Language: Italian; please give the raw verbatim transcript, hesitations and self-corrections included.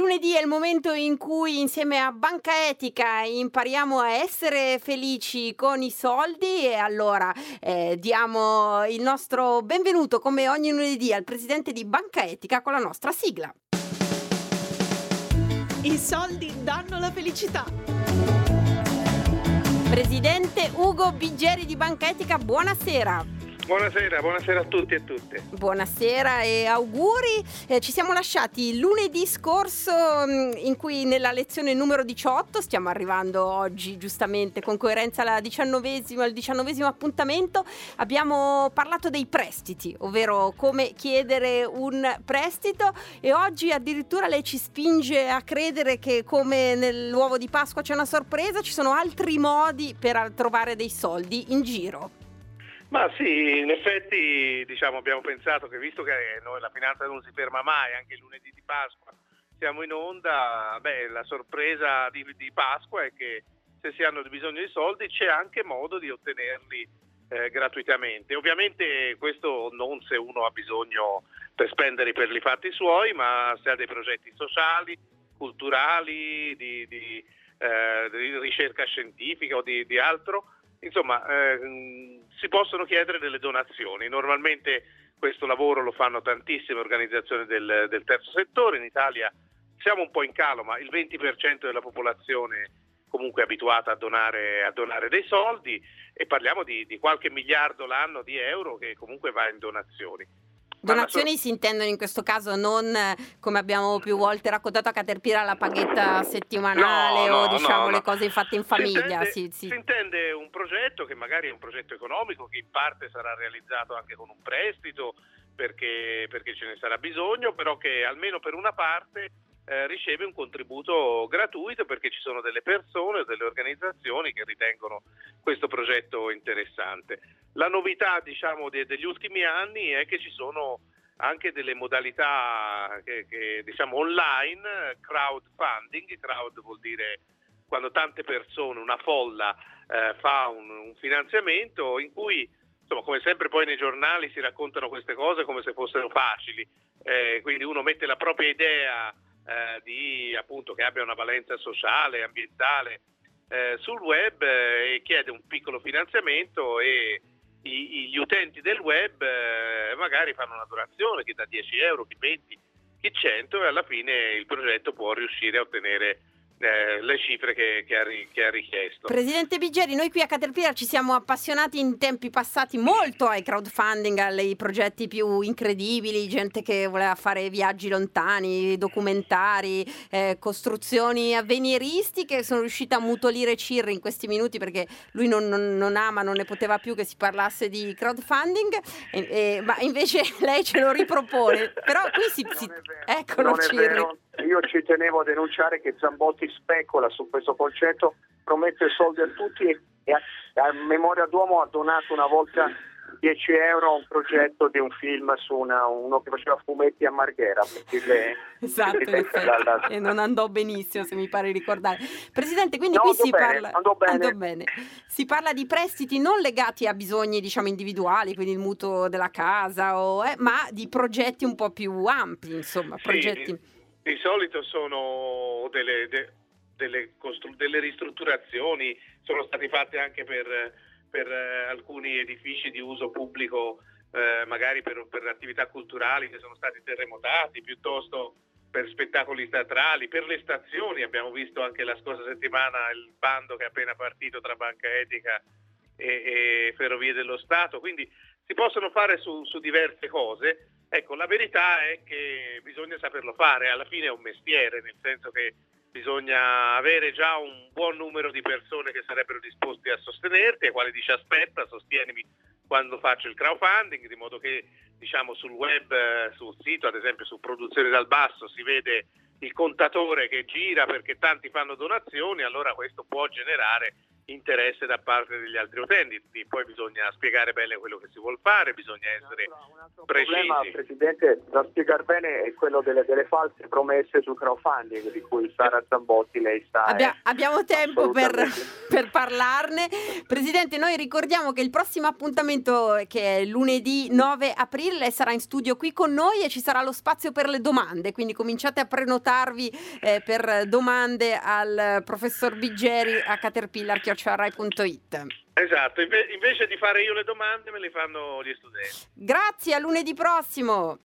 lunedì è il momento in cui insieme a Banca Etica impariamo a essere felici con i soldi e allora eh, diamo il nostro benvenuto come ogni lunedì al presidente di Banca Etica con la nostra sigla. I soldi danno la felicità. Presidente Ugo Biggeri di Banca Etica, buonasera. Buonasera, buonasera a tutti e tutte. Buonasera e auguri. Eh, ci siamo lasciati lunedì scorso mh, in cui nella lezione numero diciotto, stiamo arrivando oggi giustamente con coerenza alla diciannovesima, al diciannovesimo appuntamento, abbiamo parlato dei prestiti, ovvero come chiedere un prestito, e oggi addirittura lei ci spinge a credere che come nell'uovo di Pasqua c'è una sorpresa, ci sono altri modi per trovare dei soldi in giro. Ma sì, in effetti diciamo abbiamo pensato che visto che noi la finanza non si ferma mai, anche il lunedì di Pasqua siamo in onda, beh, la sorpresa di, di Pasqua è che se si hanno bisogno di soldi c'è anche modo di ottenerli eh, gratuitamente. Ovviamente questo non se uno ha bisogno per spendere per i fatti suoi, ma se ha dei progetti sociali, culturali, di, di, eh, di ricerca scientifica o di, di altro. Insomma, eh, si possono chiedere delle donazioni. Normalmente questo lavoro lo fanno tantissime organizzazioni del, del terzo settore. In Italia siamo un po' in calo, ma il venti per cento della popolazione comunque è abituata a donare, a donare dei soldi, e parliamo di, di qualche miliardo l'anno di euro che comunque va in donazioni. Donazioni si intendono in questo caso non, come abbiamo più volte raccontato, a Caterpillar la paghetta settimanale no, o no, diciamo no, le no. cose fatte in famiglia. Si intende, si, si... si intende un progetto che magari è un progetto economico che in parte sarà realizzato anche con un prestito perché, perché ce ne sarà bisogno, però che almeno per una parte eh, riceve un contributo gratuito perché ci sono delle persone o delle organizzazioni che ritengono questo progetto interessante. La novità, diciamo, de- degli ultimi anni è che ci sono anche delle modalità che, che diciamo online, crowdfunding. Crowd vuol dire quando tante persone, una folla eh, fa un, un finanziamento in cui, insomma, come sempre poi nei giornali si raccontano queste cose come se fossero facili, eh, quindi uno mette la propria idea eh, di appunto che abbia una valenza sociale, ambientale eh, sul web eh, e chiede un piccolo finanziamento, e I, gli utenti del web eh, magari fanno una donazione, chi da dieci euro, chi venti, chi cento, e alla fine il progetto può riuscire a ottenere eh, le cifre che, che, ha, che ha richiesto. Presidente Biggeri, noi qui a Caterpillar ci siamo appassionati in tempi passati molto ai crowdfunding, ai progetti più incredibili, gente che voleva fare viaggi lontani, documentari, eh, costruzioni avveniristiche. Sono riuscita a mutolire Cirri in questi minuti perché lui non, non, non ama, non ne poteva più che si parlasse di crowdfunding, e, e, ma invece lei ce lo ripropone. Però qui si... si... Eccolo non è Cirri. vero. Io ci tenevo a denunciare che Zambotti specula su questo concetto, promette soldi a tutti e a, a memoria d'uomo ha donato una volta dieci euro a un progetto di un film su una, uno che faceva fumetti a Marghera. Le, esatto, le, la, la, e non andò benissimo, se mi pare ricordare. Presidente, quindi no, qui si bene, parla andò bene. andò bene. Si parla di prestiti non legati a bisogni, diciamo, individuali, quindi il mutuo della casa, o, eh, ma di progetti un po' più ampi, insomma, sì, progetti... Di, di solito sono delle, de, delle, costru- delle ristrutturazioni, sono stati fatte anche per, per eh, alcuni edifici di uso pubblico, eh, magari per, per attività culturali che sono stati terremotati, piuttosto per spettacoli teatrali, per le stazioni. Abbiamo visto anche la scorsa settimana il bando che è appena partito tra Banca Etica e, e Ferrovie dello Stato, quindi si possono fare su, su diverse cose. Ecco, la verità è che bisogna saperlo fare, alla fine è un mestiere, nel senso che bisogna avere già un buon numero di persone che sarebbero disposti a sostenerti, ai quali dici aspetta, sostienimi quando faccio il crowdfunding, di modo che, diciamo, sul web, sul sito, ad esempio su Produzioni dal Basso, si vede il contatore che gira perché tanti fanno donazioni, allora questo può generare interesse da parte degli altri utenti. Poi bisogna spiegare bene quello che si vuol fare, bisogna essere un altro, un altro precisi. Il problema, Presidente, da spiegare bene è quello delle, delle false promesse sul crowdfunding, di cui Sara Zambotti, lei sa. Abbia, abbiamo tempo per, assolutamente. per parlarne. Presidente, noi ricordiamo che il prossimo appuntamento, che è lunedì nove aprile, sarà in studio qui con noi e ci sarà lo spazio per le domande, quindi cominciate a prenotarvi eh, per domande al professor Biggeri a caterpillar chiocciola rai punto it. Esatto, inve- invece di fare io le domande me le fanno gli studenti. Grazie, a lunedì prossimo.